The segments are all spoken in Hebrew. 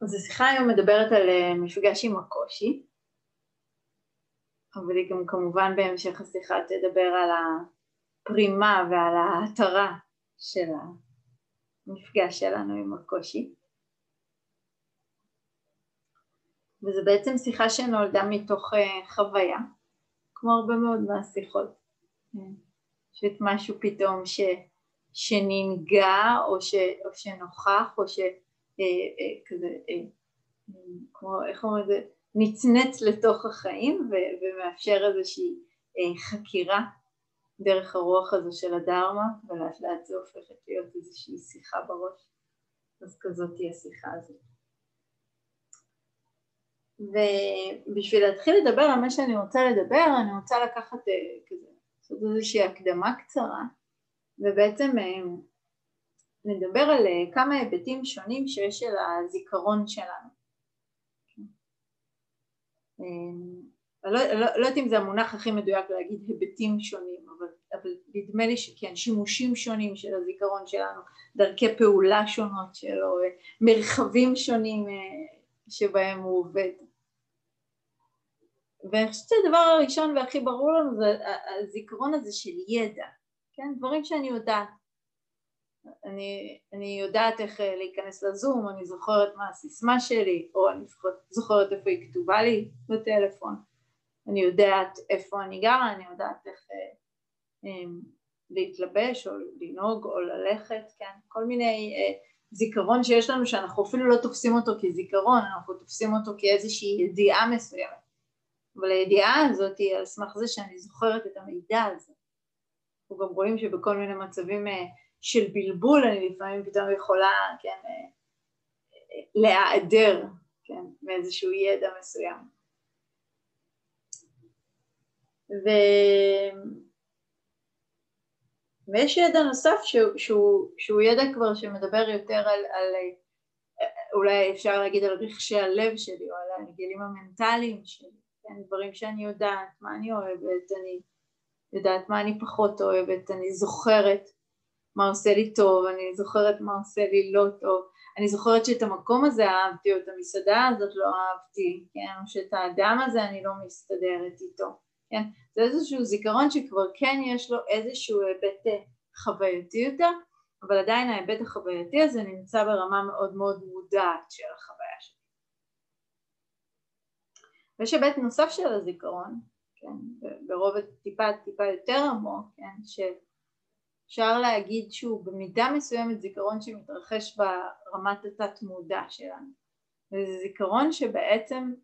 אז השיחה היום מדברת על מפגש עם הקושי, אבל היא גם כמובן בהמשך השיחה תדבר על הפרימה ועל ההתרה של המפגש שלנו עם הקושי. וזה בעצם שיחה שנולדה מתוך חוויה, כמו הרבה מאוד מהשיחות. שאת משהו פתאום שננגע או שנוכח או כזה, כמו איך אומרים את זה, נצנץ לתוך החיים ומאפשר איזושהי חקירה דרך הרוח הזו של הדרמה, ולאט לאט זה הופכת להיות איזושהי שיחה בראש. אז כזאת תהיה השיחה הזאת. ובשביל להתחיל לדבר על מה שאני רוצה לדבר, אני רוצה לקחת כזה, לעשות איזושהי הקדמה קצרה, ובעצם נדבר על כמה היבטים שונים שיש של הזיכרון שלנו. לא יודעת אם זה המונח הכי מדויק להגיד היבטים שונים, אבל נדמה לי שכן, שימושים שונים של הזיכרון שלנו, דרכי פעולה שונות שלו, מרחבים שונים שבהם הוא עובד. ואני חושבת שהדבר הראשון והכי ברור לנו זה הזיכרון הזה של ידע, כן? דברים שאני יודעת. אני יודעת איך להיכנס לזום, אני זוכרת מה הסיסמה שלי, או אני זוכרת איפה היא כתובה לי בטלפון, אני יודעת איפה אני גרה, אני יודעת איך להתלבש או לנהוג או ללכת, כן? כל מיני זיכרון שיש לנו שאנחנו אפילו לא תופסים אותו כזיכרון, אנחנו תופסים אותו כאיזושהי ידיעה מסוימת. אבל הידיעה הזאת היא על סמך זה שאני זוכרת את המידע הזה. אנחנו גם רואים שבכל מיני מצבים של בלבול אני לפעמים פתאום יכולה, כן, להיעדר, כן, מאיזשהו ידע מסוים. ויש ידע נוסף שהוא ידע כבר שמדבר יותר על אולי אפשר להגיד על רכשי הלב שלי, או על הרגלים המנטליים שלי, כן, דברים שאני יודעת, מה אני אוהבת, אני יודעת מה אני פחות אוהבת, אני זוכרת מה עושה לי טוב, אני זוכרת מה עושה לי לא טוב, אני זוכרת שאת המקום הזה אהבתי, או את המסעדה הזאת לא אהבתי, כן, או שאת האדם הזה אני לא מסתדרת איתו, כן, זה איזשהו זיכרון שכבר כן יש לו איזשהו היבט חווייתי יותר, אבל עדיין ההיבט החווייתי הזה נמצא ברמה מאוד מאוד מודעת של החוויה שלי. ויש היבט נוסף של הזיכרון, כן, ברובד טיפה יותר עמוק, כן, שאפשר להגיד שהוא במידה מסוימת זיכרון שמתרחש ברמת התת מודע שלנו. וזה זיכרון שבעצם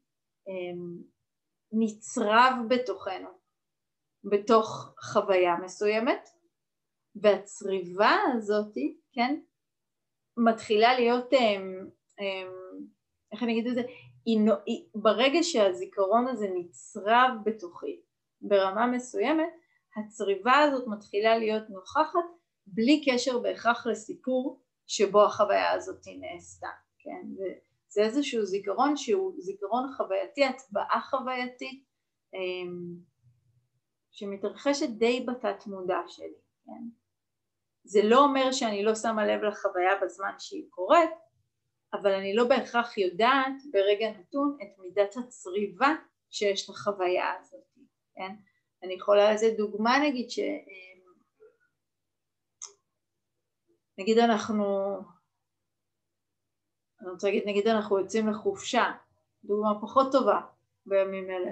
נצרב בתוכנו, בתוך חוויה מסוימת, והצריבה הזאת, כן, מתחילה להיות, איך אני אגיד את זה, ברגע שהזיכרון הזה נצרב בתוכי ברמה מסוימת, הצריבה הזאת מתחילה להיות נוכחת בלי קשר בהכרח לסיפור שבו החוויה הזאת נעשתה, כן? וזה איזשהו זיכרון שהוא זיכרון חווייתי, הטבעה חווייתית, שמתרחשת די בתת מודע שלי, כן? זה לא אומר שאני לא שמה לב לחוויה בזמן שהיא קורית, אבל אני לא בהכרח יודעת ברגע נתון את מידת הצריבה שיש לחוויה הזאת, כן? אני יכולה לזה דוגמה, נגיד נגיד אני רוצה להגיד, נגיד אנחנו יוצאים לחופשה, דוגמה פחות טובה בימים אלה,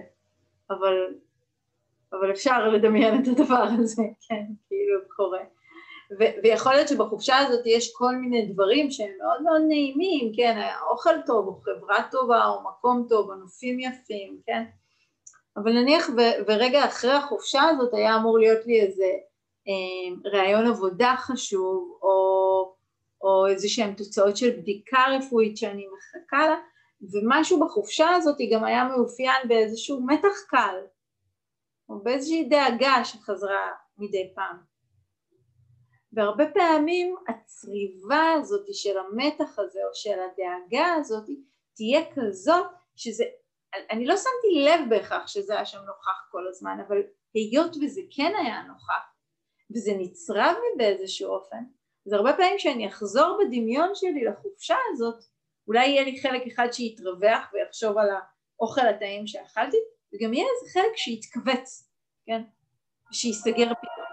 אבל אפשר לדמיין את הדבר הזה, כן, כאילו קורה. ויכול להיות שבחופשה הזאת יש כל מיני דברים שהם מאוד מאוד נעימים, כן, אוכל טוב, או חברה טובה, או מקום טוב, או נופים יפים, כן, אבל נניח ורגע אחרי החופשה הזאת היה אמור להיות לי איזה רעיון עבודה חשוב, או איזה שהן תוצאות של בדיקה רפואית שאני מחכה לה, ומשהו בחופשה הזאת גם היה מאופיין באיזשהו מתח קל, או באיזושהי דאגה שחזרה מדי פעם. והרבה פעמים הצריבה הזאת של המתח הזה, או של הדאגה הזאת, תהיה כזאת שזה, אני לא שמתי לב בהכרח שזה היה שם נוכח כל הזמן, אבל היות וזה כן היה נוכח, וזה נצרב לי באיזשהו אופן, אז הרבה פעמים שאני אחזור בדמיון שלי לחופשה הזאת, אולי יהיה לי חלק אחד שיתרווח ויחשוב על האוכל הטעים שאכלתי, וגם יהיה איזה חלק שיתכווץ, כן? שיסגר פתאום.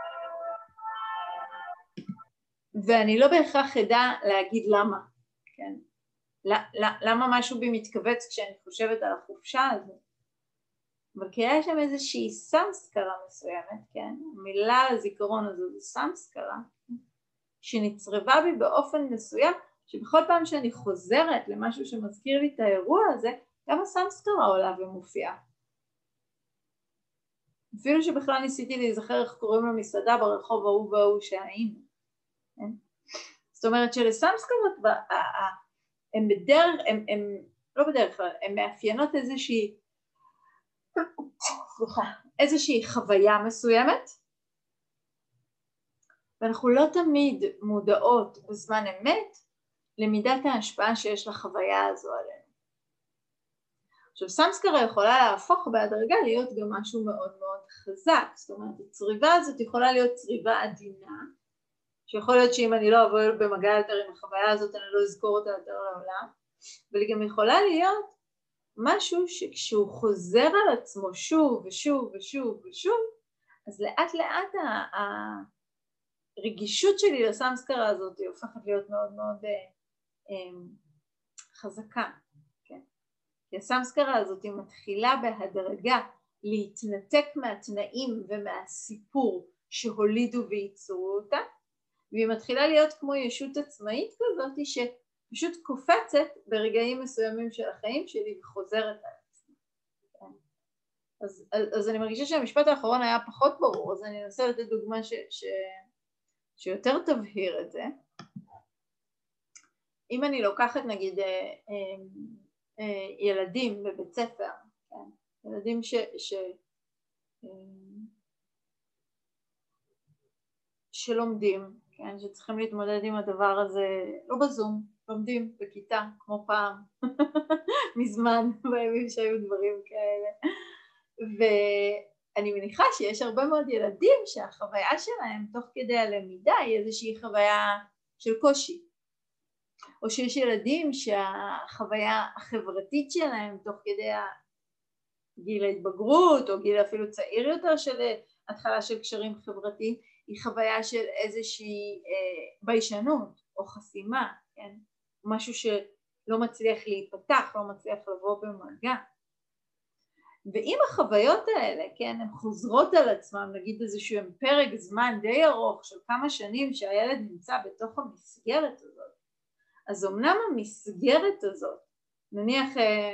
ואני לא בהכרח אדע להגיד למה, כן? למה משהו בי מתכווץ כשאני חושבת על החופשה הזאת? אבל כי היה שם איזושהי סמסקרה מסוימת, כן? המילה לזיכרון הזו זה סמסקרה, שנצרבה בי באופן מסוים, שבכל פעם שאני חוזרת למשהו שמזכיר לי את האירוע הזה, גם הסמסקרה עולה ומופיעה. אפילו שבכלל ניסיתי להיזכר איך קוראים למסעדה ברחוב ההוא וההוא שהיינו. כן? זאת אומרת שלסמסקרות, הם בדרך, לא בדרך כלל, הם מאפיינות איזושהי חוויה מסוימת, ואנחנו לא תמיד מודעות בזמן אמת למידת ההשפעה שיש לחוויה הזו עלינו. עכשיו, סמסקרה יכולה להפוך בהדרגה להיות גם משהו מאוד מאוד חזק, זאת אומרת, הצריבה הזאת יכולה להיות צריבה עדינה, שיכול להיות שאם אני לא אבוא במגע יותר עם החוויה הזאת, אני לא אזכור אותה יותר לעולם, אבל היא גם יכולה להיות משהו שכשהוא חוזר על עצמו שוב ושוב ושוב ושוב, אז לאט לאט הרגישות שלי לסמסקרה הזאת היא הופכת להיות מאוד מאוד חזקה. כן? כי הסמסקרה הזאת היא מתחילה בהדרגה להתנתק מהתנאים ומהסיפור שהולידו וייצרו אותה, והיא מתחילה להיות כמו ישות עצמאית כזאת שפשוט קופצת ברגעים מסוימים של החיים שלי וחוזרת על עצמה. אז אני מרגישה שהמשפט האחרון היה פחות ברור, אז אני אנסה לתת דוגמה שיותר תבהיר את זה. אם אני לוקחת נגיד ילדים בבית ספר, כן? ילדים שלומדים, כן? שצריכים להתמודד עם הדבר הזה, לא בזום, לומדים בכיתה כמו פעם, מזמן, בימים שהיו דברים כאלה. ואני מניחה שיש הרבה מאוד ילדים שהחוויה שלהם תוך כדי הלמידה היא איזושהי חוויה של קושי. או שיש ילדים שהחוויה החברתית שלהם תוך כדי גיל ההתבגרות, או גיל אפילו צעיר יותר של התחלה של קשרים חברתיים, היא חוויה של איזושהי ביישנות או חסימה, כן? משהו שלא מצליח להיפתח, לא מצליח לבוא במגע. ואם החוויות האלה, כן, הן חוזרות על עצמם, נגיד איזשהו פרק זמן די ארוך של כמה שנים שהילד נמצא בתוך המסגרת הזאת, אז אמנם המסגרת הזאת, נניח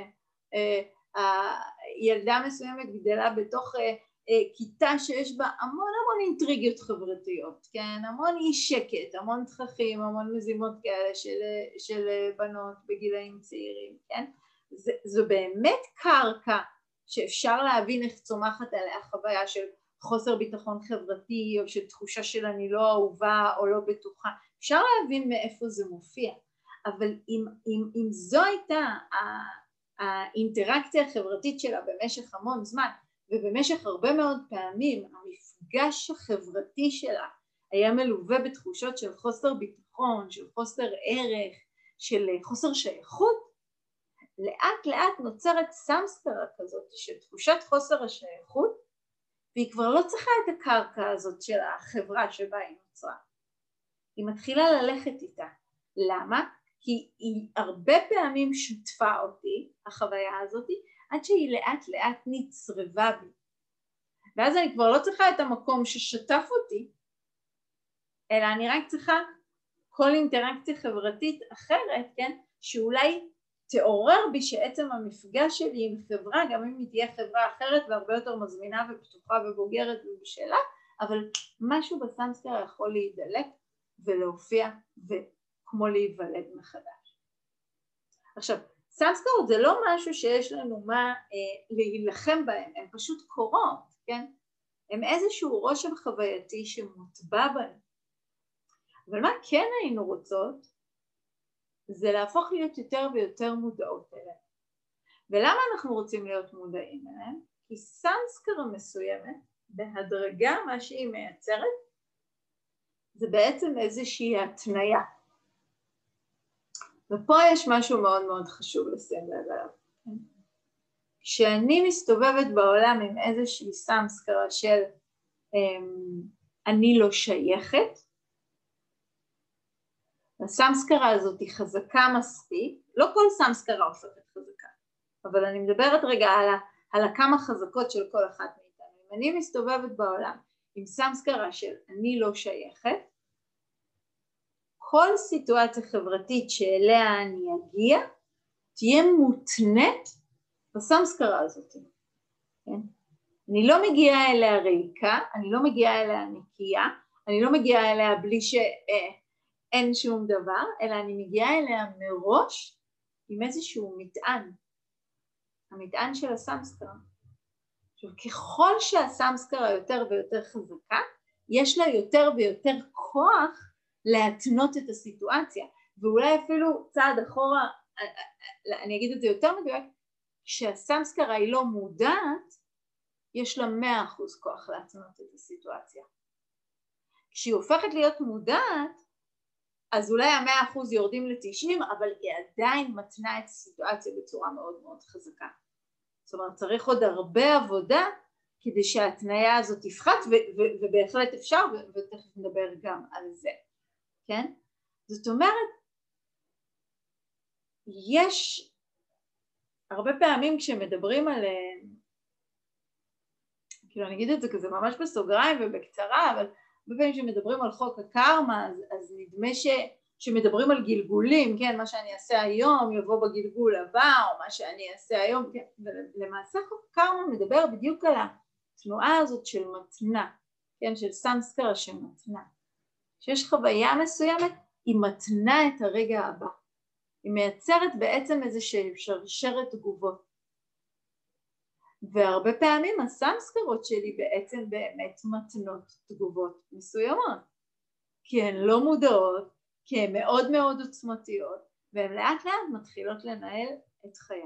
ילדה מסוימת גדלה בתוך כיתה שיש בה המון אינטריגיות חברתיות, כן, המון אי שקט, המון תככים, המון מזימות כאלה של בנות בגילאים צעירים, כן, זו באמת קרקע שאפשר להבין איך צומחת עליה חוויה של חוסר ביטחון חברתי, או של תחושה של אני לא אהובה או לא בטוחה, אפשר להבין מאיפה זה מופיע, אבל אם זו הייתה האינטראקציה החברתית שלה במשך המון זמן, ובמשך הרבה מאוד פעמים המפגש החברתי שלה היה מלווה בתחושות של חוסר ביטחון, של חוסר ערך, של חוסר שייכות, לאט לאט נוצרת סמסקרה כזאת של תחושת חוסר השייכות, והיא כבר לא צריכה את הקרקע הזאת של החברה שבה היא נוצרה. היא מתחילה ללכת איתה. למה? כי היא הרבה פעמים שותפה אותי, החוויה הזאת, עד שהיא לאט לאט נצרבה בי. ואז אני כבר לא צריכה את המקום ששתף אותי, אלא אני רק צריכה כל אינטראקציה חברתית אחרת, כן? שאולי תעורר בי שעצם המפגש שלי עם חברה, גם אם היא תהיה חברה אחרת והרבה יותר מזמינה ופתוחה ובוגרת ובשלה, אבל משהו בסמסקרה יכול להידלק ולהופיע וכמו להיוולד מחדש. עכשיו, סמסקרות זה לא משהו שיש לנו מה להילחם בהם, הן פשוט קורות, כן? הם איזשהו רושם חווייתי שמוטבע בהם. אבל מה כן היינו רוצות? זה להפוך להיות יותר ויותר מודעות אליהם. ולמה אנחנו רוצים להיות מודעים אליהם? כי סמסקרה מסוימת, בהדרגה מה שהיא מייצרת, זה בעצם איזושהי התניה. ופה יש משהו מאוד מאוד חשוב לשים לב עליו. כשאני מסתובבת בעולם עם איזושהי סמסקרה של אני לא שייכת, הסמסקרה הזאת היא חזקה מספיק, לא כל סמסקרה הופכת חזקה, אבל אני מדברת רגע על הכמה חזקות של כל אחת מאיתנו. אם אני מסתובבת בעולם עם סמסקרה של אני לא שייכת, כל סיטואציה חברתית שאליה אני אגיע, תהיה מותנית בסמסקרה הזאת. כן? אני לא מגיעה אליה ריקה, אני לא מגיעה אליה נקייה, אני לא מגיעה אליה בלי שאין שום דבר, אלא אני מגיעה אליה מראש עם איזשהו מטען, המטען של הסמסקרה. עכשיו, ככל שהסמסקרה יותר ויותר חזקה, יש לה יותר ויותר כוח להתנות את הסיטואציה, ואולי אפילו צעד אחורה, אני אגיד את זה יותר מדויק, כשהסמסקרה היא לא מודעת, יש לה 100% כוח להתנות את הסיטואציה. כשהיא הופכת להיות מודעת, אז אולי 100% יורדים ל-90, אבל היא עדיין מתנה את הסיטואציה בצורה מאוד מאוד חזקה. זאת אומרת, צריך עוד הרבה עבודה כדי שההתניה הזאת תפחת, ובהחלט אפשר, ותכף נדבר גם על זה. כן? זאת אומרת, יש הרבה פעמים כשמדברים על, כאילו אני אגיד את זה כזה ממש בסוגריים ובקצרה, אבל הרבה פעמים כשמדברים על חוק הקרמה, אז נדמה שמדברים על גלגולים, כן? מה שאני אעשה היום יבוא בגלגול הבא, או מה שאני אעשה היום, כן? ולמעשה חוק הקרמה מדבר בדיוק על התנועה הזאת של מתנה, כן? של סמסקרה שמתנה. שיש חוויה מסוימת, היא מתנה את הרגע הבא. היא מייצרת בעצם איזושהי שרשרת תגובות. והרבה פעמים הסמסקרות שלי בעצם באמת מתנות תגובות מסוימות. כי הן לא מודעות, כי הן מאוד מאוד עוצמתיות, והן לאט לאט מתחילות לנהל את חיי.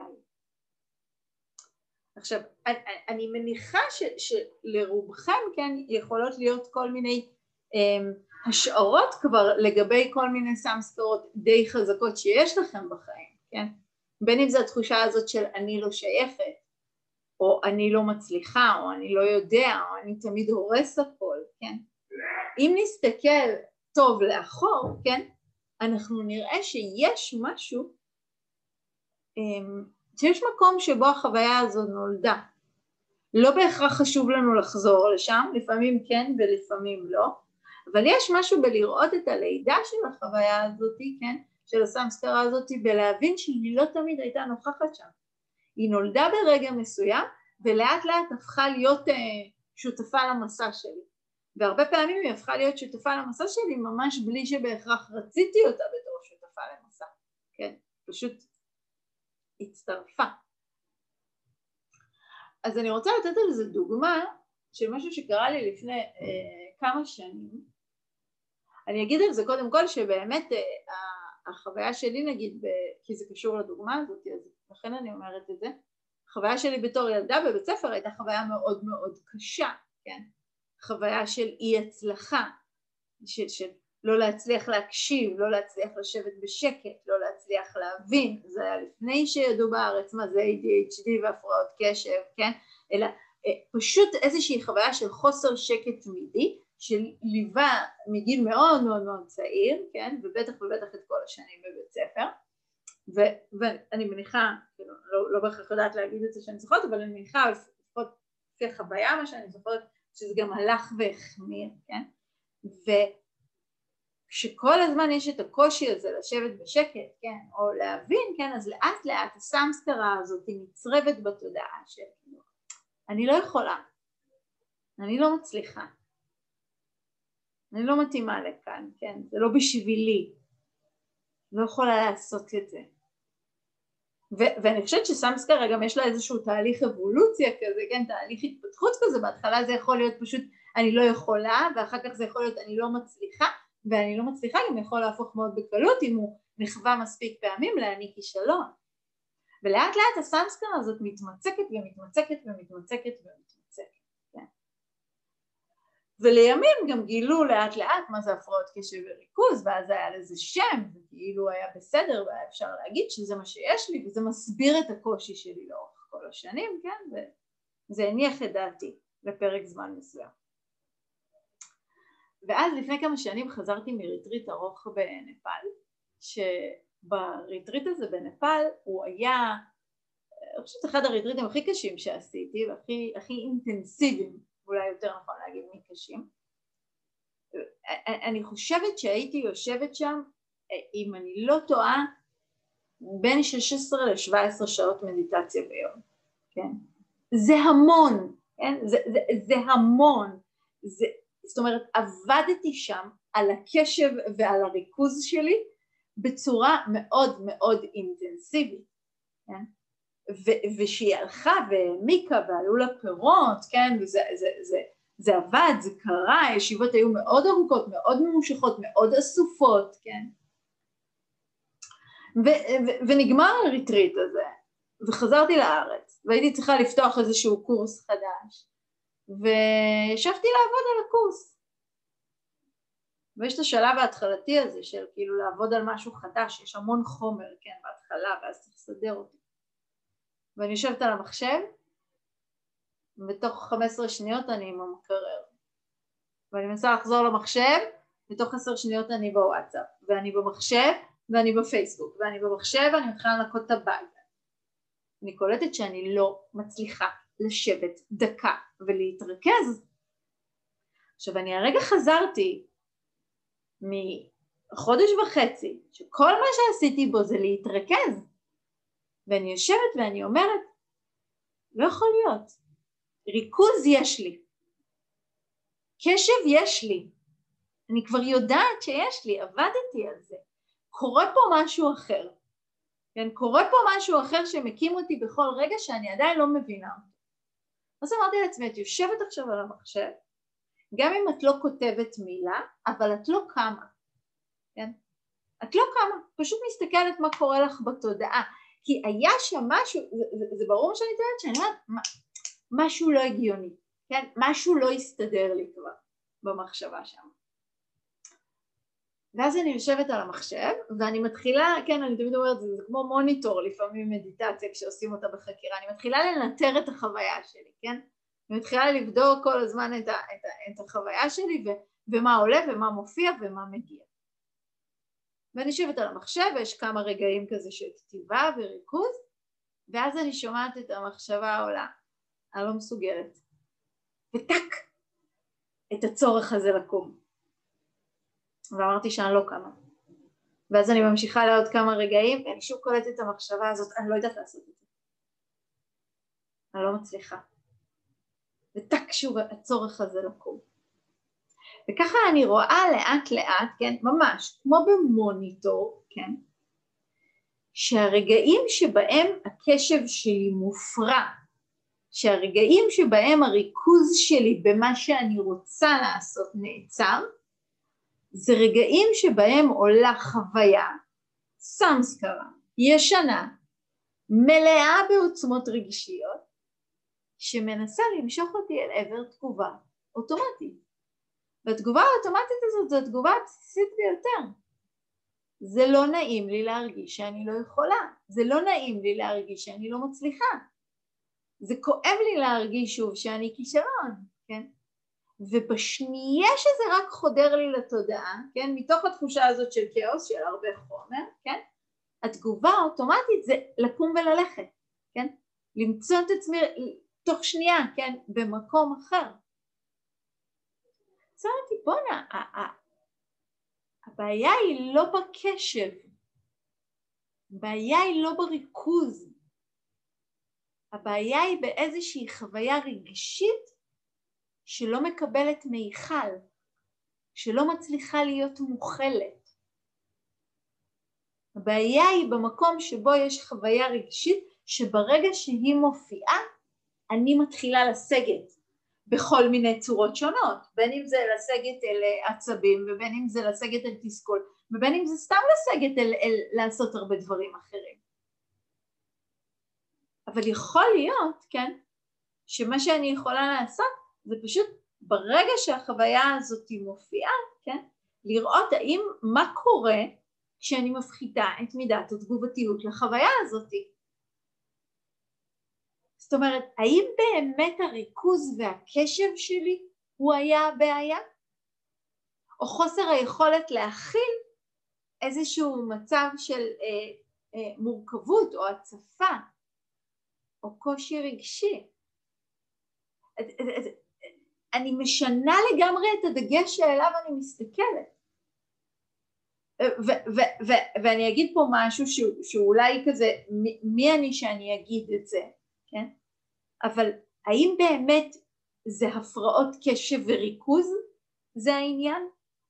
עכשיו, אני מניחה שלרובכם כן יכולות להיות כל מיני השערות כבר לגבי כל מיני סמסקרות די חזקות שיש לכם בחיים, כן? בין אם זה התחושה הזאת של אני לא שייכת, או אני לא מצליחה, או אני לא יודע, או אני תמיד הורס הכל, כן? אם נסתכל טוב לאחור, כן? אנחנו נראה שיש משהו, שיש מקום שבו החוויה הזו נולדה. לא בהכרח חשוב לנו לחזור לשם, לפעמים כן ולפעמים לא, אבל יש משהו בלראות את הלידה של החוויה הזאת, כן? של הסמסקרה הזאת, בלהבין שהיא לא תמיד הייתה נוכחת שם. היא נולדה ברגע מסוים, ולאט לאט הפכה להיות שותפה למסע שלי. והרבה פעמים היא הפכה להיות שותפה למסע שלי, ממש בלי שבהכרח רציתי אותה בתור שותפה למסע. כן? פשוט הצטרפה. אז אני רוצה לתת על זה דוגמה של משהו שקרה לי לפני כמה שנים. אני אגיד על זה קודם כל שבאמת החוויה שלי נגיד, כי זה קשור לדוגמה הזאת, אז לכן אני אומרת את זה, החוויה שלי בתור ילדה בבית ספר הייתה חוויה מאוד מאוד קשה, כן? חוויה של אי הצלחה, של לא להצליח להקשיב, לא להצליח לשבת בשקט, לא להצליח להבין, זה היה לפני שידעו בארץ מה זה ADHD והפרעות קשב, כן? אלא פשוט איזושהי חוויה של חוסר שקט תמידי, שליווה מגיל מאוד מאוד מאוד צעיר, כן? ובטח ובטח את כל השנים בבית ספר, ואני מניחה, לא בהכרח יודעת להגיד את זה שאני זוכרת, אבל אני מניחה, לפחות לפי החוויה מה שאני זוכרת, שזה גם הלך והחמיר, כן? וכשכל הזמן יש את הקושי הזה לשבת בשקט, כן? או להבין, כן? אז לאט לאט הסמסקרה הזאת היא נצרבת בתודעה של, אני לא יכולה, אני לא מצליחה, אני לא מתאימה לכאן, כן? זה לא בשבילי, לא יכולה לעשות את זה. ואני חושבת שסמסקרה גם יש לה איזשהו תהליך אבולוציה כזה, כן? תהליך התפתחות כזה, בהתחלה זה יכול להיות פשוט אני לא יכולה, ואחר כך זה יכול להיות אני לא מצליחה, ואני לא מצליחה גם יכול להפוך מאוד בקלות אם הוא נחווה מספיק פעמים להני כישלון. ולאט לאט הסמסקרה הזאת מתמצקת ומתמצקת ומתמצקת ומתמצקת, כן? ולימים גם גילו לאט לאט מה זה הפרעות קשב וריכוז, ואז היה לזה שם, וכאילו היה בסדר, והיה אפשר להגיד שזה מה שיש לי, וזה מסביר את הקושי שלי לאורך כל השנים, כן? וזה הניח את דעתי לפרק זמן מסוים. ואז לפני כמה שנים חזרתי מריטריט ארוך בנפאל, שבריטריט הזה בנפאל הוא היה, אני חושבת אחד הריטריטים הכי קשים שעשיתי, והכי אינטנסיביים, אולי יותר נכון להגיד מקשים. אני חושבת שהייתי יושבת שם, אם אני לא טועה, בין 16 ל-17 שעות מדיטציה ביום, כן? זה המון, כן? זה המון. זאת אומרת, עבדתי שם על הקשב ועל הריכוז שלי בצורה מאוד מאוד אינטנסיבית, כן? ושהיא הלכה והעמיקה ועלו לה פירות, כן? זה עבד, זה קרה, הישיבות היו מאוד ארוכות, מאוד ממושכות, מאוד אסופות, כן? ונגמר הריטריט הזה, וחזרתי לארץ, והייתי צריכה לפתוח איזשהו קורס חדש, וישבתי לעבוד על הקורס. ויש את השלב ההתחלתי הזה של כאילו לעבוד על משהו חדש, יש המון חומר, כן, בהתחלה, ואז צריך לסדר אותי. ואני יושבת על המחשב, ובתוך 15 שניות אני עם המקרר. ואני מנסה לחזור למחשב, בתוך 10 שניות אני בוואטסאפ, ואני במחשב, ואני בפייסבוק, ואני במחשב, ואני מתחילה לנקות את הבית. אני קולטת שאני לא מצליחה לשבת דקה ולהתרכז. עכשיו, אני הרגע חזרתי מחודש וחצי, שכל מה שעשיתי בו זה להתרכז, ואני יושבת ואני אומרת, לא יכול להיות, ריכוז יש לי, קשב יש לי, אני כבר יודעת שיש לי, עבדתי על זה, קורה פה משהו אחר, כן? קורה פה משהו אחר שמקים אותי בכל רגע שאני עדיין לא מבינה אותו. אז אמרתי לעצמי, את יושבת עכשיו על המחשב, גם אם את לא כותבת מילה, אבל את לא קמה, כן? את לא קמה, פשוט מסתכלת מה קורה לך בתודעה, כי היה שם משהו, זה ברור שאני יודעת שאני אומרת, משהו לא הגיוני, כן? משהו לא הסתדר לי כבר במחשבה שם. ואז אני יושבת על המחשב, ואני מתחילה, כן, אני תמיד אומרת, זה כמו מוניטור, לפעמים מדיטציה כשעושים אותה בחקירה, אני מתחילה לנטר את החוויה שלי, כן? אני מתחילה לבדוק כל הזמן את החוויה שלי, ומה עולה ומה מופיע ומה מגיע. ואני יושבת על המחשב, ויש כמה רגעים כזה של כתיבה וריכוז, ואז אני שומעת את המחשבה העולה, אני לא מסוגלת. וטק, את הצורך הזה לקום. ואמרתי שאני לא קמה. ואז אני ממשיכה לעוד כמה רגעים, ואני שוב קולטת את המחשבה הזאת, אני לא יודעת לעשות את זה. אני לא מצליחה. וטק שוב הצורך הזה לקום. וככה אני רואה לאט לאט, כן, ממש, כמו במוניטור, כן, שהרגעים שבהם הקשב שלי מופרע, שהרגעים שבהם הריכוז שלי במה שאני רוצה לעשות נעצר, זה רגעים שבהם עולה חוויה, סמסקרה, ישנה, מלאה בעוצמות רגשיות, שמנסה למשוך אותי אל עבר תגובה אוטומטית. והתגובה האוטומטית הזאת זו התגובה הבסיסית ביותר. זה לא נעים לי להרגיש שאני לא יכולה, זה לא נעים לי להרגיש שאני לא מצליחה, זה כואב לי להרגיש שוב שאני כישלון, כן? ובשנייה שזה רק חודר לי לתודעה, כן? מתוך התחושה הזאת של כאוס, של הרבה חומר, כן? התגובה האוטומטית זה לקום וללכת, כן? למצוא את עצמי תוך שנייה, כן? במקום אחר. צאתי, בונה, הבעיה היא לא בקשב, הבעיה היא לא בריכוז, הבעיה היא באיזושהי חוויה רגשית שלא מקבלת מיכל, שלא מצליחה להיות מוכלת. הבעיה היא במקום שבו יש חוויה רגשית שברגע שהיא מופיעה, אני מתחילה לסגת בכל מיני צורות שונות, בין אם זה לסגת אל עצבים, ובין אם זה לסגת אל תסכול, ובין אם זה סתם לסגת אל לעשות הרבה דברים אחרים. אבל יכול להיות, כן, שמה שאני יכולה לעשות זה פשוט ברגע שהחוויה הזאת מופיעה, כן, לראות מה קורה כשאני מפחיתה את מידת התגובתיות לחוויה הזאת. זאת אומרת, האם באמת הריכוז והקשב שלי הוא היה הבעיה? או חוסר היכולת להכיל איזשהו מצב של מורכבות או הצפה או קושי רגשי? אני משנה לגמרי את הדגש שאליו אני מסתכלת. ואני אגיד פה משהו שאולי כזה, מי אני שאני אגיד את זה, כן? אבל האם באמת זה הפרעות קשב וריכוז? זה העניין?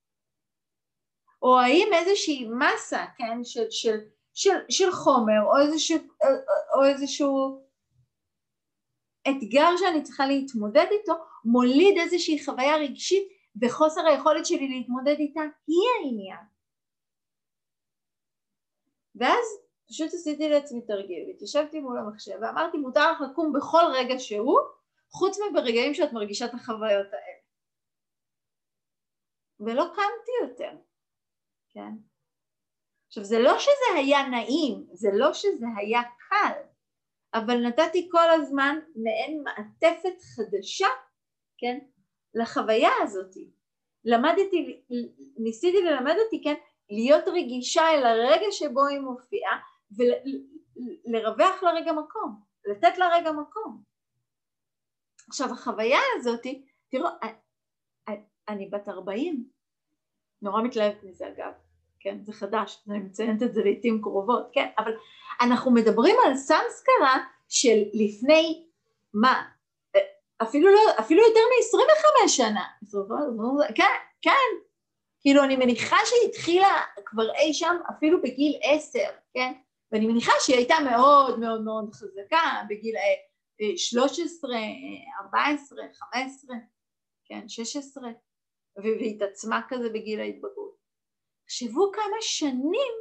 או האם איזושהי מסה, כן, של חומר, או איזשהו אתגר שאני צריכה להתמודד איתו, מוליד איזושהי חוויה רגשית, וחוסר היכולת שלי להתמודד איתה היא העניין. ואז פשוט עשיתי לעצמי תרגיל, התיישבתי מול המחשב ואמרתי, מותר לך לקום בכל רגע שהוא, חוץ מברגעים שאת מרגישה את החוויות האלה. ולא קמתי יותר, כן? עכשיו, זה לא שזה היה נעים, זה לא שזה היה קל, אבל נתתי כל הזמן מעין מעטפת חדשה, כן, לחוויה הזאת. ניסיתי ללמד אותי, כן, להיות רגישה אל הרגע שבו היא מופיעה, ולרווח לרגע מקום, לתת לרגע מקום. עכשיו, החוויה הזאת, תראו, אני בת 40, נורא מתלהבת מזה אגב, כן, זה חדש, אני מציינת את זה לעתים קרובות, כן, אבל אנחנו מדברים על סמסקרה של לפני, מה, אפילו יותר מ-25 שנה, כן, כאילו אני מניחה שהיא התחילה כבר אי שם אפילו בגיל 10, כן, ואני מניחה שהיא הייתה מאוד מאוד מאוד חזקה בגיל 13, 14, 15, כן, 16, והתעצמה כזה בגיל ההתבגרות. תחשבו כמה שנים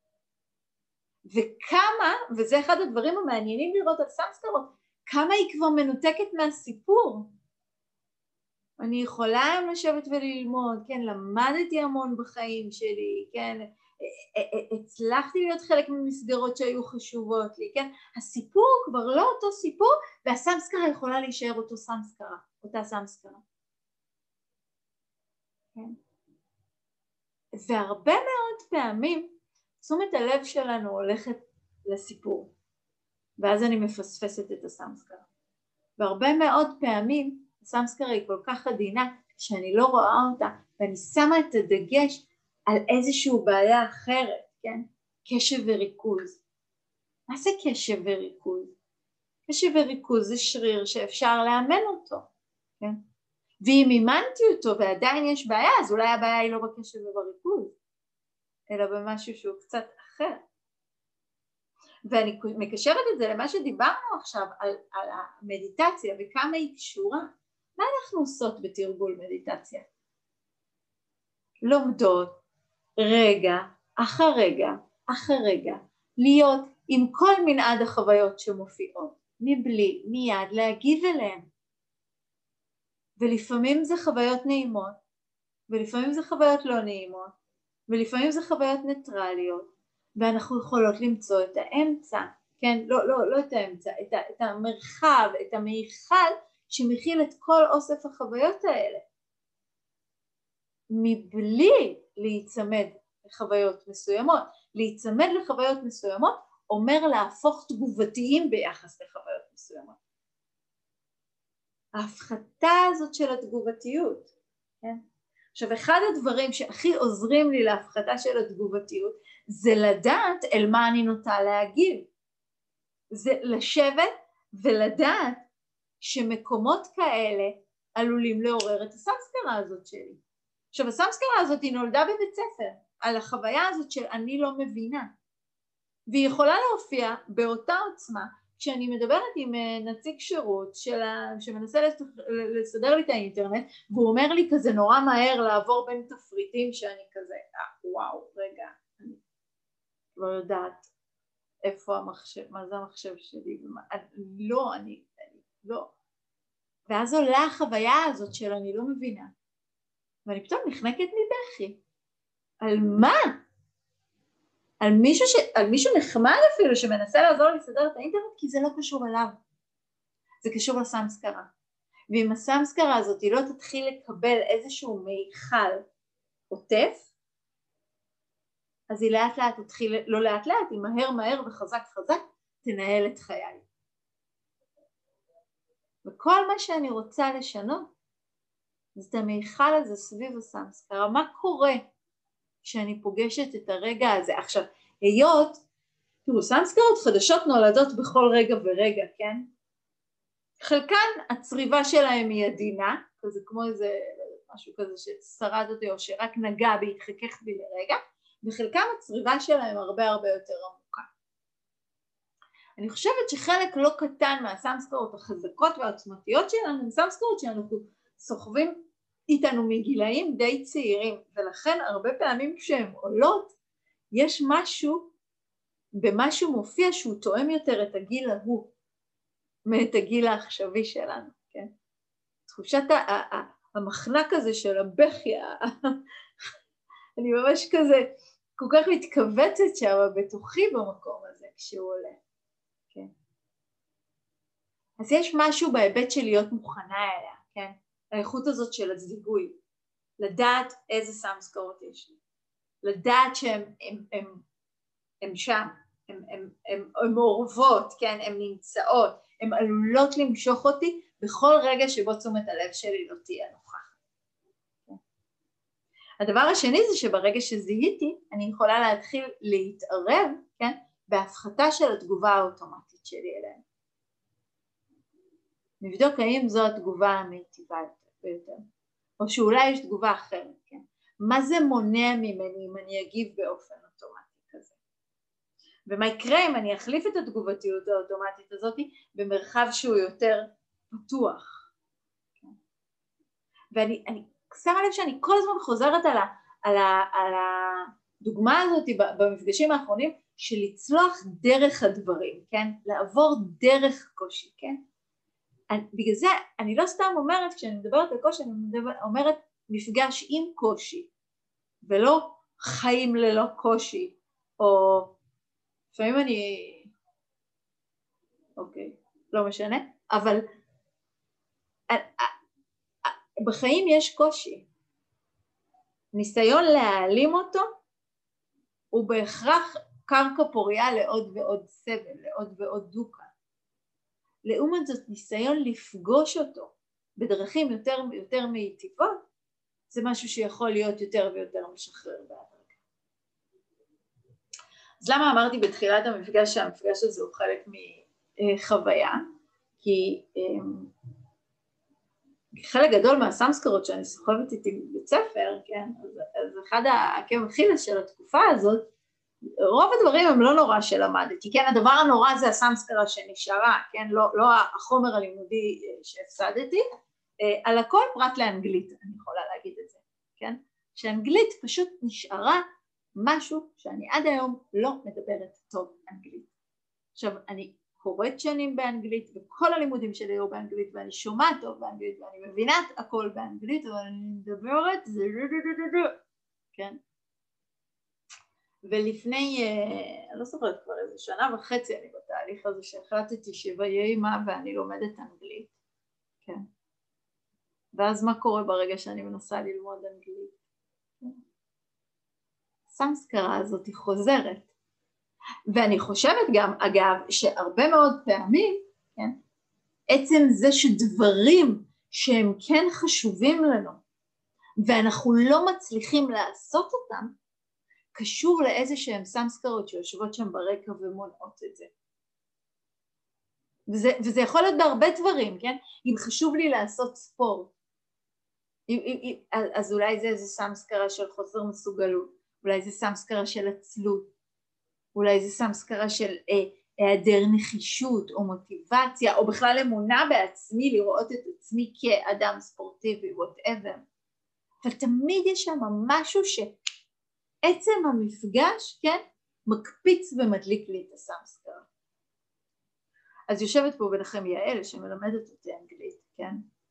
וכמה, וזה אחד הדברים המעניינים לראות על סמסקרות, כמה היא כבר מנותקת מהסיפור. אני יכולה היום לשבת וללמוד, כן, למדתי המון בחיים שלי, כן, הצלחתי להיות חלק ממסגרות שהיו חשובות לי, כן, הסיפור כבר לא אותו סיפור, והסמסקרה יכולה להישאר אותו סמסקרה, אותה סמסקרה. כן. והרבה מאוד פעמים תשומת הלב שלנו הולכת לסיפור, ואז אני מפספסת את הסמסקרה. והרבה מאוד פעמים הסמסקרה היא כל כך עדינה שאני לא רואה אותה, ואני שמה את הדגש על איזשהו בעיה אחרת, כן? קשב וריכוז. מה זה קשב וריכוז? קשב וריכוז זה שריר שאפשר לאמן אותו, כן? ואם אימנתי אותו ועדיין יש בעיה, אז אולי הבעיה היא לא בקשב ובריכוז, אלא במשהו שהוא קצת אחר. ואני מקשרת את זה למה שדיברנו עכשיו על המדיטציה וכמה היא קשורה. מה אנחנו עושות בתרגול מדיטציה? לומדות רגע אחר רגע אחר רגע, להיות עם כל מנעד החוויות שמופיעות, מבלי מיד להגיב אליהן. ולפעמים זה חוויות נעימות, ולפעמים זה חוויות לא נעימות, ולפעמים זה חוויות ניטרליות, ואנחנו יכולות למצוא את האמצע, כן? לא את האמצע, את המרחב, את המיכל שמכיל את כל אוסף החוויות האלה, מבלי להיצמד לחוויות מסוימות. להיצמד לחוויות מסוימות אומר להפוך תגובתיים ביחס לחוויות מסוימות. ההפחתה הזאת של התגובתיות, כן? עכשיו, אחד הדברים שהכי עוזרים לי להפחתה של התגובתיות זה לדעת אל מה אני נוטה להגיב. זה לשבת ולדעת שמקומות כאלה עלולים לעורר את הסמסקרה הזאת שלי. עכשיו, הסמסקרה הזאת היא נולדה בבית ספר, על החוויה הזאת של אני לא מבינה. והיא יכולה להופיע באותה עוצמה, כשאני מדברת עם נציג שירות שמנסה לסדר לי את האינטרנט, והוא אומר לי כזה נורא מהר לעבור בין תפריטים שאני כזה, וואו, רגע, אני לא יודעת איפה המחשב, מה זה המחשב שלי, לא. ואז עולה החוויה הזאת של אני לא מבינה, ואני פתאום נחנקת מבכי. על מה? על מישהו נחמד אפילו שמנסה לעזור לי לסדר את האינטרנט, כי זה לא קשור אליו. זה קשור לסמסקרה. ואם הסמסקרה הזאת היא לא תתחיל לקבל איזשהו מיכל עוטף, אז היא לאט לאט תתחיל, לא לאט לאט, היא מהר מהר וחזק חזק תנהל את חיי. וכל מה שאני רוצה לשנות, זה את המיכל הזה סביב הסמסקרה. מה קורה כשאני פוגשת את הרגע הזה? עכשיו, היות, תראו, סמסקרות חדשות נולדות בכל רגע ורגע, כן? חלקן הצריבה שלהם היא עדינה, כזה כמו איזה משהו כזה ששרד אותי או שרק נגע והתחכך בי לרגע, וחלקם הצריבה שלהם הרבה הרבה יותר עמוקה. אני חושבת שחלק לא קטן מהסמסקרות החזקות והעוצמתיות שלנו, הן סמסקרות שאנחנו סוחבים איתנו מגילאים די צעירים, ולכן הרבה פעמים כשהן עולות, יש משהו, במשהו מופיע שהוא תואם יותר את הגיל ההוא, מאת הגיל העכשווי שלנו, כן? תחושת המחנק הזה של הבכי, אני ממש כזה כל כך מתכווצת שם בתוכי במקום הזה כשהוא עולה, כן? אז יש משהו בהיבט של להיות מוכנה אליה, כן? האיכות הזאת של הזיגוי, לדעת איזה סמסקרות יש לי, לדעת שהן שם, הן מעורבות, כן? הן נמצאות, הן עלולות למשוך אותי בכל רגע שבו תשומת הלב שלי לא תהיה נוחה. הדבר השני זה שברגע שזיהיתי, אני יכולה להתחיל להתערב, כן? בהפחתה של התגובה האוטומטית שלי אליהם. נבדוק האם זו התגובה המיטיבה ביותר, או שאולי יש תגובה אחרת, כן? מה זה מונע ממני אם אני אגיב באופן אוטומטי כזה? ומה יקרה אם אני אחליף את התגובתיות האוטומטית הזאת במרחב שהוא יותר פתוח? כן? ואני שמה לב שאני כל הזמן חוזרת על הדוגמה הזאת במפגשים האחרונים של לצלוח דרך הדברים, כן? לעבור דרך קושי, כן? בגלל זה אני לא סתם אומרת, כשאני מדברת על קושי, אני אומרת מפגש עם קושי, ולא חיים ללא קושי, או לפעמים אוקיי, לא משנה, אבל בחיים יש קושי. ניסיון להעלים אותו הוא בהכרח קרקע פוריה לעוד ועוד סבל, לעוד ועוד דוקה. לעומת זאת, ניסיון לפגוש אותו בדרכים יותר מיטיבות, זה משהו שיכול להיות יותר ויותר משחרר בהדרגה. אז למה אמרתי בתחילת המפגש שהמפגש הזה הוא חלק מחוויה? כי חלק גדול מהסמסקרות שאני סוחבת איתי בבית ספר, כן? אז אחד העקב אכילס של התקופה הזאת, רוב הדברים הם לא נורא שלמדתי, כן? הדבר הנורא זה הסמסקרה שנשארה, כן? לא החומר הלימודי שהפסדתי, על הכל פרט לאנגלית, אני יכולה להגיד את זה, כן? שאנגלית פשוט נשארה משהו שאני עד היום לא מדברת טוב אנגלית. עכשיו, אני קוראת שנים באנגלית, וכל הלימודים שלי היו באנגלית, ואני שומעת טוב באנגלית, ואני מבינה הכל באנגלית, אבל אני מדברת, זה כן? ולפני, אני לא זוכרת כבר איזה שנה וחצי אני בתהליך הזה שהחלטתי שיהיה מה ואני לומדת אנגלית, כן? ואז מה קורה ברגע שאני מנסה ללמוד אנגלית? הסמסקרה הזאת היא חוזרת. ואני חושבת גם, אגב, שהרבה מאוד פעמים, כן? עצם זה שדברים שהם כן חשובים לנו, ואנחנו לא מצליחים לעשות אותם, קשור לאיזה שהם סמסקרות שיושבות שם ברקע ומונעות את זה. וזה יכול להיות בהרבה דברים, כן? אם חשוב לי לעשות ספורט, אז אולי זה איזה סמסקרה של חוסר מסוגלות, אולי זה סמסקרה של עצלות, אולי זה סמסקרה של היעדר נחישות או מוטיבציה, או בכלל אמונה בעצמי לראות את עצמי כאדם ספורטיבי, whatever. אבל תמיד יש שם משהו שעצם המפגש, כן, מקפיץ ומדליק לי את הסמסקרה. אז יושבת פה ביניכם יעל שמלמדת אותי אנגלית, כן?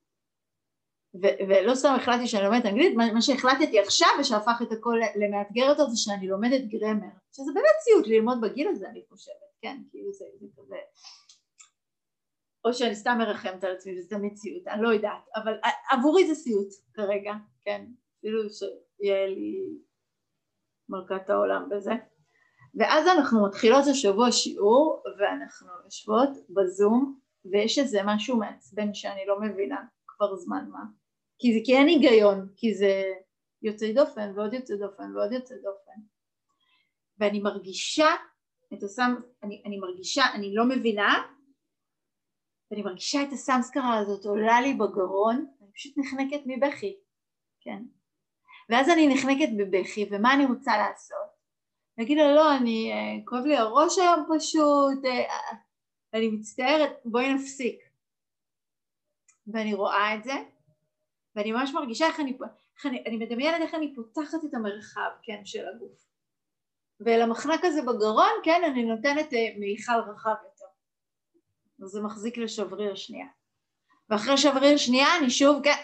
ולא סתם החלטתי שאני לומדת אנגלית, מה שהחלטתי עכשיו ושהפך את הכל למאתגר אותו זה שאני לומדת גרמר, שזה באמת סיוט ללמוד בגיל הזה אני חושבת, כן, כאילו זה כזה, או שאני סתם מרחמת על עצמי וזה תמיד סיוט, אני לא יודעת, אבל עבורי זה סיוט כרגע, כן, כאילו שיהיה לי מלכת העולם בזה. ואז אנחנו מתחילות השבוע שיעור ואנחנו יושבות בזום ויש איזה משהו מעצבן שאני לא מבינה כבר זמן מה, כי אין היגיון, כי זה יוצא דופן ועוד יוצא דופן ועוד יוצא דופן, ואני מרגישה את אני מרגישה, אני לא מבינה, ואני מרגישה את הסמסקרה הזאת עולה לי בגרון, אני פשוט נחנקת מבכי, כן, ואז אני נחנקת בבכי, ומה אני רוצה לעשות? נגיד לה לא, כואב לי הראש היום פשוט, אני מצטערת, בואי נפסיק. ואני רואה את זה, ואני ממש מרגישה איך אני מדמיינת איך אני פותחת את המרחב, כן, של הגוף. ולמחנק הזה בגרון, כן, אני נותנת מיכל רחב יותר. וזה מחזיק לשבריר שנייה. ואחרי שבריר שנייה אני שוב, כן,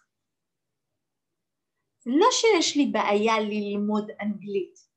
זה לא שיש לי בעיה ללמוד אנגלית.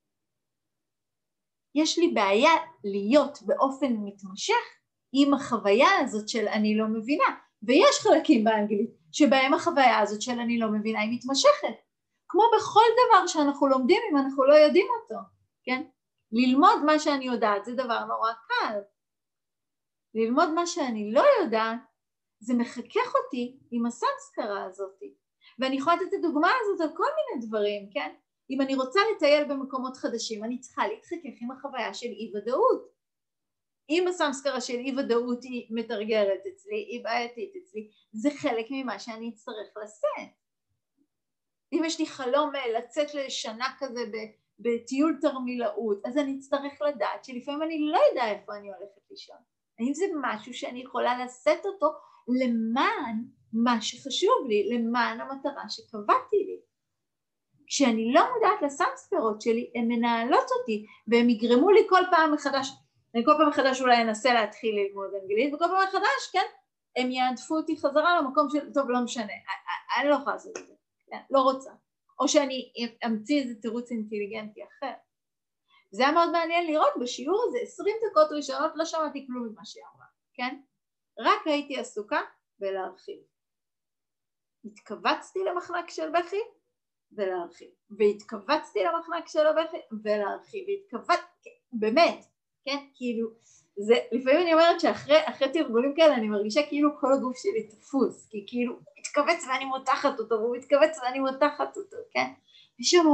יש לי בעיה להיות באופן מתמשך עם החוויה הזאת של אני לא מבינה, ויש חלקים באנגלית שבהם החוויה הזאת של אני לא מבינה היא מתמשכת, כמו בכל דבר שאנחנו לומדים אם אנחנו לא יודעים אותו, כן? ללמוד מה שאני יודעת זה דבר נורא קל, ללמוד מה שאני לא יודעת זה מחכך אותי עם הסמסקרה הזאת, ואני יכולה לתת את הדוגמה הזאת על כל מיני דברים, כן? אם אני רוצה לטייל במקומות חדשים, אני צריכה להתחכך עם החוויה של אי ודאות. אם הסמסקרה של אי ודאות היא מתרגרת אצלי, היא בעייתית אצלי, זה חלק ממה שאני אצטרך לשאת. אם יש לי חלום לצאת לשנה כזה בטיול תרמילאות, אז אני אצטרך לדעת שלפעמים אני לא יודע איפה אני הולכת לישון. האם זה משהו שאני יכולה לשאת אותו למען מה שחשוב לי, למען המטרה שקבעתי לי. כשאני לא מודעת לסמסקרות שלי, הן מנהלות אותי, והם יגרמו לי כל פעם מחדש, אני כל פעם מחדש אולי אנסה להתחיל ללמוד אנגלית, וכל פעם מחדש, כן, הם יעדפו אותי חזרה למקום של, טוב, לא משנה, אני לא יכולה לעשות את זה, כן, לא רוצה, או שאני אמציא איזה תירוץ אינטליגנטי אחר. זה היה מאוד מעניין לראות בשיעור הזה, 20 דקות ראשונות לא שמעתי כלום ממה שהיא אמרה, כן, רק הייתי עסוקה בלהרחיב. התכווצתי למחנק של בכי, ולהרחיב, והתכווצתי למחנק של הבכי ולהרחיב, והתכווצתי, באמת, כן, כאילו, זה, לפעמים אני אומרת שאחרי תרגולים כאלה אני מרגישה כאילו כל הגוף שלי תפוס, כי כאילו, מתכווץ ואני מותחת אותו, והוא מתכווץ ואני מותחת אותו, כן, יש שם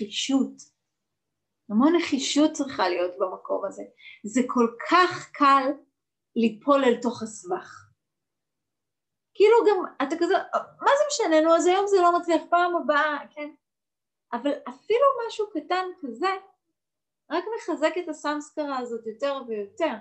המון נחישות צריכה להיות במקום הזה, זה כל כך קל ליפול אל תוך הסבך, כאילו גם, אתה כזה, מה זה משנה, נו, אז היום זה לא מצליח, פעם הבאה, כן? אבל אפילו משהו קטן כזה, רק מחזק את הסמסקרה הזאת יותר ויותר.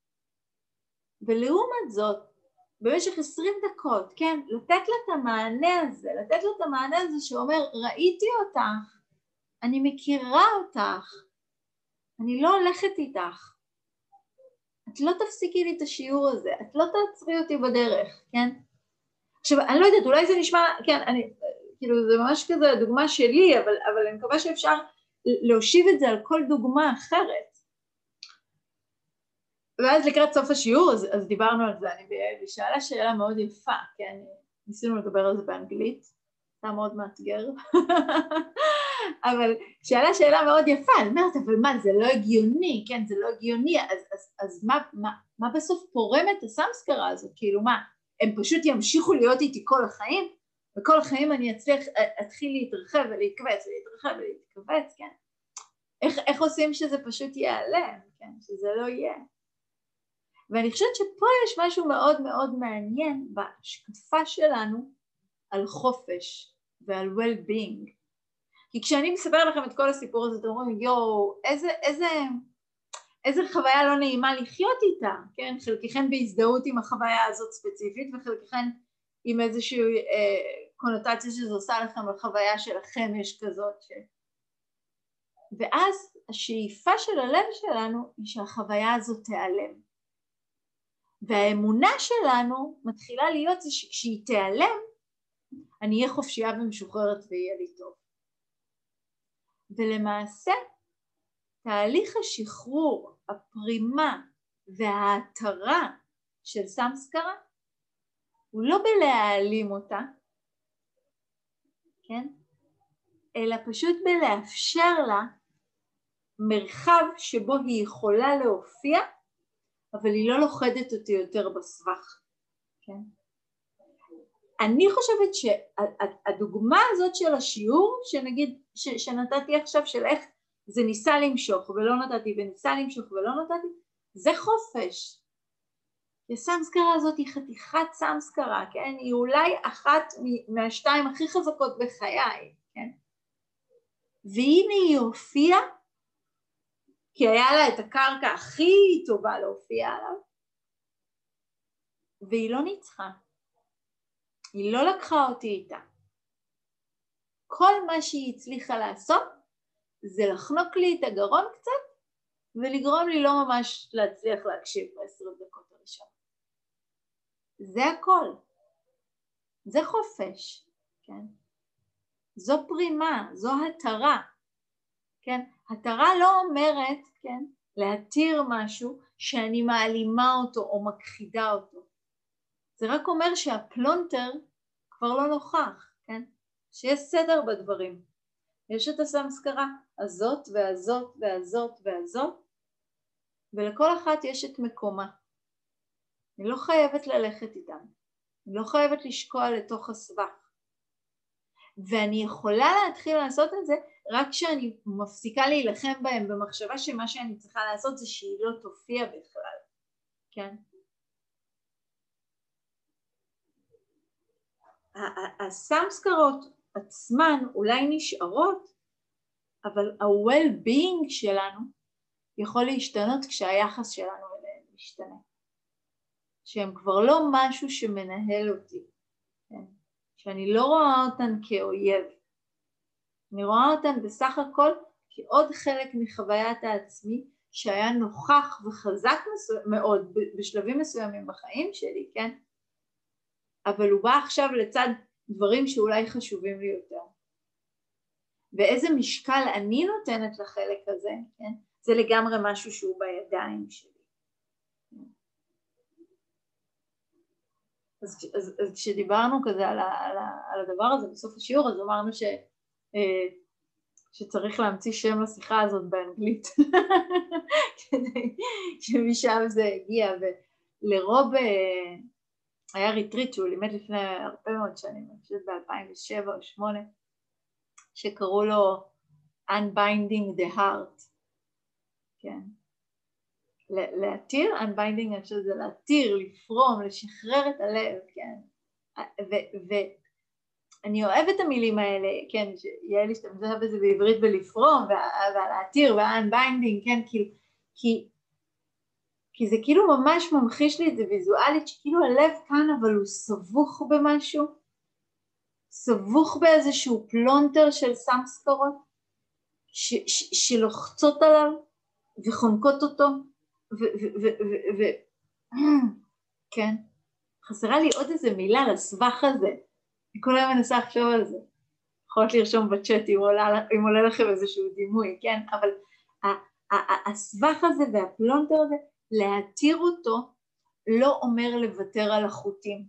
ולעומת זאת, במשך 20 דקות, כן, לתת לה את המענה הזה, שאומר, ראיתי אותך, אני מכירה אותך, אני לא הולכת איתך, את לא תפסיקי לי את השיעור הזה, את לא תעצרי אותי בדרך, כן? עכשיו, אני לא יודעת, אולי זה נשמע, כן, כאילו זה ממש כזה הדוגמה שלי, אבל אני מקווה שאפשר להושיב את זה על כל דוגמה אחרת. ואז לקראת סוף השיעור, אז דיברנו על זה, אני שאלה שאלה מאוד יפה, כן, ניסינו לדבר על זה באנגלית, זה מאוד מאתגר, אבל שאלה מאוד יפה, אני אומרת, אבל מה, זה לא הגיוני, כן, זה לא הגיוני, אז מה בסוף פורם את הסמסקרה הזאת, כאילו מה, הם פשוט ימשיכו להיות איתי כל החיים, וכל החיים אני אתחיל להתרחב ולהתכווץ, כן? איך עושים שזה פשוט ייעלם, כן? שזה לא יהיה. ואני חושבת שפה יש משהו מאוד מאוד מעניין בשקפה שלנו על חופש ועל well-being. כי כשאני מספר לכם את כל הסיפור הזה, אתם אומרים, יואו, איזה חוויה לא נעימה לחיות איתה, כן? חלקכן בהזדהות עם החוויה הזאת ספציפית, וחלקכן עם איזושהי קונוטציה שזה עושה לכם בחוויה שלכם יש כזאת. ואז השאיפה של הלב שלנו היא שהחוויה הזאת תיעלם. והאמונה שלנו מתחילה להיות זה שכשהיא תיעלם, אני אהיה חופשייה ומשוחררת ויהיה לי טוב. ולמעשה, תהליך השחרור, הפרימה וההתרה של סמסקרה, הוא לא בלהעלים אותה, כן? אלא פשוט בלאפשר לה מרחב שבו היא יכולה להופיע, אבל היא לא לוכדת אותי יותר בסבך, כן? אני חושבת שהדוגמה הזאת של השיעור, שנגיד, שנתתי עכשיו של איך זה ניסה למשוך ולא נתתי, וניסה למשוך ולא נתתי, זה חופש. הסמסקרה הזאת היא חתיכת סמסקרה, כן? היא אולי אחת מהשתיים הכי חזקות בחיי, כן? והנה היא הופיעה, כי היה לה את הקרקע הכי טובה להופיע עליו, והיא לא ניצחה. היא לא לקחה אותי איתה. כל מה שהיא הצליחה לעשות, זה לחנוק לי את הגרון קצת, ולגרום לי לא ממש להצליח להקשיב ב10 דקות הראשונות. זה הכל. זה חופש, כן? זו פרימה, זו התרה, כן? התרה לא אומרת, כן, להתיר משהו שאני מעלימה אותו או מכחידה אותו. זה רק אומר שהפלונטר כבר לא נוכח, כן? שיש סדר בדברים. יש את הסמסקרה הזאת והזאת והזאת והזאת, ולכל אחת יש את מקומה. אני לא חייבת ללכת איתם. אני לא חייבת לשקוע לתוך הסבך. ואני יכולה להתחיל לעשות את זה רק כשאני מפסיקה להילחם בהם במחשבה שמה שאני צריכה לעשות זה שהיא לא תופיע בכלל, כן? הסמסקרות עצמן אולי נשארות, אבל ה-well-being שלנו יכול להשתנות כשהיחס שלנו אליהם משתנה. שהם כבר לא משהו שמנהל אותי, כן? שאני לא רואה אותן כאויב. אני רואה אותן בסך הכל כעוד חלק מחוויית העצמי שהיה נוכח וחזק מאוד בשלבים מסוימים בחיים שלי, כן? אבל הוא בא עכשיו לצד דברים שאולי חשובים לי יותר. ואיזה משקל אני נותנת לחלק הזה, כן? זה לגמרי משהו שהוא בידיים שלי. אז כשדיברנו כזה על הדבר הזה בסוף השיעור, אז אמרנו שצריך להמציא שם לשיחה הזאת באנגלית, כדי שמשם זה הגיע, ולרוב היה ריטריט שהוא לימד לפני הרבה מאוד שנים, אני חושבת ב-2007 או 2008, שקראו לו Unbinding the Heart, כן. להתיר, Unbinding, אני חושבת זה להתיר, לפרום, לשחרר את הלב, כן. ואני אוהבת את המילים האלה, כן, שיעל השתמשה בזה בעברית ולפרום, ולהתיר, וה-Unbinding, כן, כאילו, כי זה כאילו ממש ממחיש לי את זה ויזואלית, שכאילו הלב כאן אבל הוא סבוך במשהו, סבוך באיזשהו פלונטר של סמסקרות, שלוחצות עליו וחונקות אותו, כן, חסרה לי עוד איזה מילה לסבך הזה, אני כל היום מנסה לחשוב על זה, יכולת לרשום בצ'אט אם עולה לכם איזשהו דימוי, כן, אבל הסבך הזה והפלונטר הזה, להתיר אותו לא אומר לוותר על החוטים,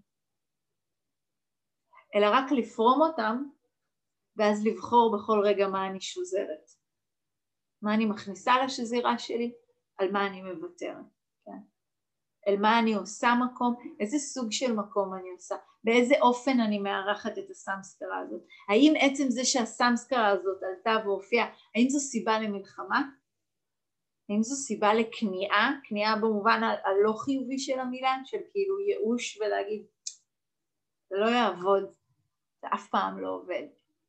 אלא רק לפרום אותם, ואז לבחור בכל רגע מה אני שוזרת, מה אני מכניסה לשזירה שלי, על מה אני מוותרת, כן? על מה אני עושה מקום, איזה סוג של מקום אני עושה, באיזה אופן אני מערכת את הסמסקרה הזאת, האם עצם זה שהסמסקרה הזאת עלתה והופיעה, האם זו סיבה למלחמה? האם זו סיבה לקניעה, קניעה במובן הלא חיובי של המילה, של כאילו ייאוש ולהגיד, זה לא יעבוד, זה אף פעם לא עובד.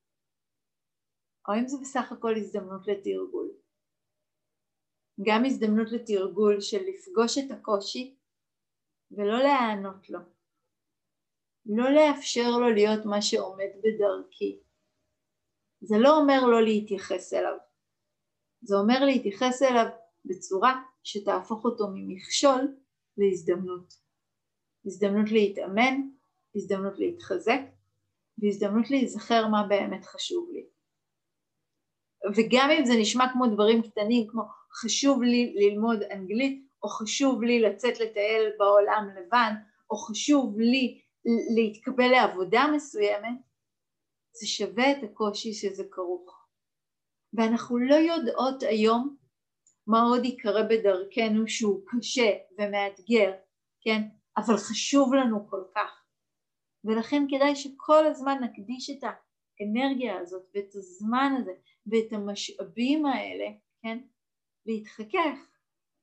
או אם זה בסך הכל הזדמנות לתרגול. גם הזדמנות לתרגול של לפגוש את הקושי, ולא להיענות לו. לא לאפשר לו להיות מה שעומד בדרכי. זה לא אומר לא להתייחס אליו. זה אומר להתייחס אליו בצורה שתהפוך אותו ממכשול להזדמנות. הזדמנות להתאמן, הזדמנות להתחזק, והזדמנות להיזכר מה באמת חשוב לי. וגם אם זה נשמע כמו דברים קטנים, כמו חשוב לי ללמוד אנגלית, או חשוב לי לצאת לטייל בעולם לבן, או חשוב לי להתקבל לעבודה מסוימת, זה שווה את הקושי שזה כרוך. ואנחנו לא יודעות היום מה עוד יקרה בדרכנו שהוא קשה ומאתגר, כן? אבל חשוב לנו כל כך. ולכן כדאי שכל הזמן נקדיש את האנרגיה הזאת ואת הזמן הזה ואת המשאבים האלה, כן? להתחכך,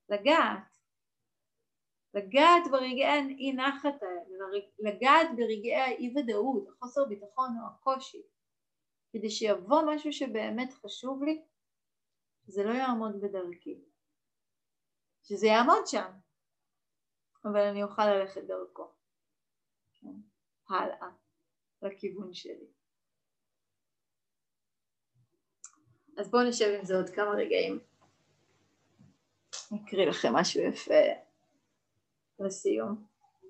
לגעת ברגעי האי נחת האלה, לגעת ברגעי האי ודאות, החוסר ביטחון או הקושי, כדי שיבוא משהו שבאמת חשוב לי, זה לא יעמוד בדרכי. שזה יעמוד שם, אבל אני אוכל ללכת דרכו. כן? הלאה, לכיוון שלי. אז בואו נשב עם זה עוד כמה רגעים. נקריא לכם משהו יפה לסיום.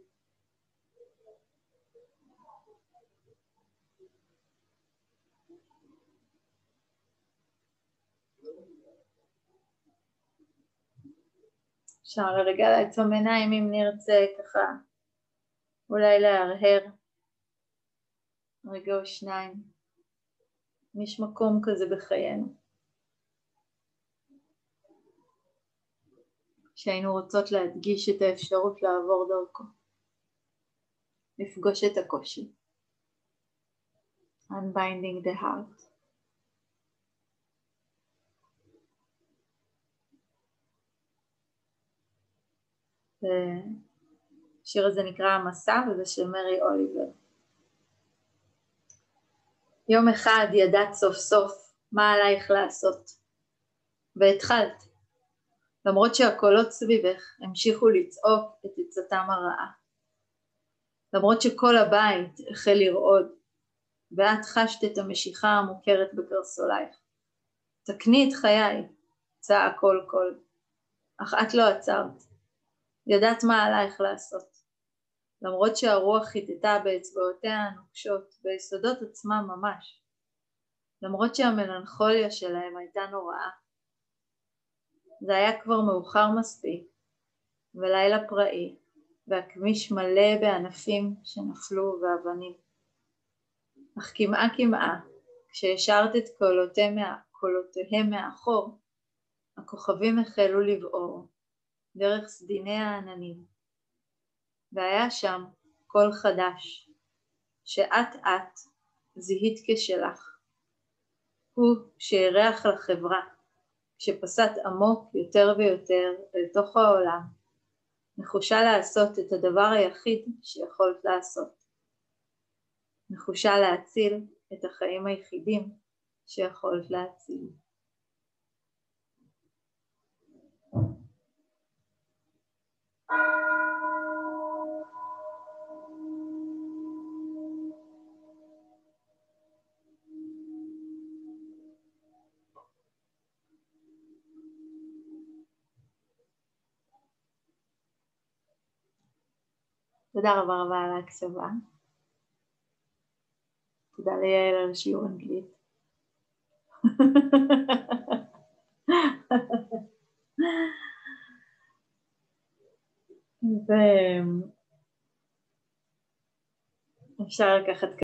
אפשר לרגע לעצום עיניים אם נרצה ככה, אולי להרהר רגע או שניים. יש מקום כזה בחיינו, שהיינו רוצות להדגיש את האפשרות לעבור דרכו, לפגוש את הקושי. Unbinding the heart. השיר הזה נקרא המסע, וזה של מרי אוליבר. יום אחד ידעת סוף סוף מה עלייך לעשות, והתחלת, למרות שהקולות סביבך המשיכו לצעוק את עצתם הרעה. למרות שכל הבית החל לרעוד, ואת חשת את המשיכה המוכרת בקרסולייך. תקני את חיי, צעק קול, אך את לא עצרת. ידעת מה עלייך לעשות. למרות שהרוח חיטטה באצבעותיה הנוקשות, ביסודות עצמם ממש. למרות שהמלנכוליה שלהם הייתה נוראה. זה היה כבר מאוחר מספיק, ולילה פראי, והכביש מלא בענפים שנפלו ואבנים. אך כמעה, כשישרת את קולותיהם מאחור, הכוכבים החלו לבעור, דרך סדיני העננים. והיה שם קול חדש, שאת זיהית כשלך. הוא שהריח לחברה, כשפסעת עמוק יותר ויותר אל תוך העולם, נחושה לעשות את הדבר היחיד שיכולת לעשות. נחושה להציל את החיים היחידים שיכולת להציל. תודה רבה על ההקשבה. תודה ליעל על שיעור אנגלית. ואפשר לקחת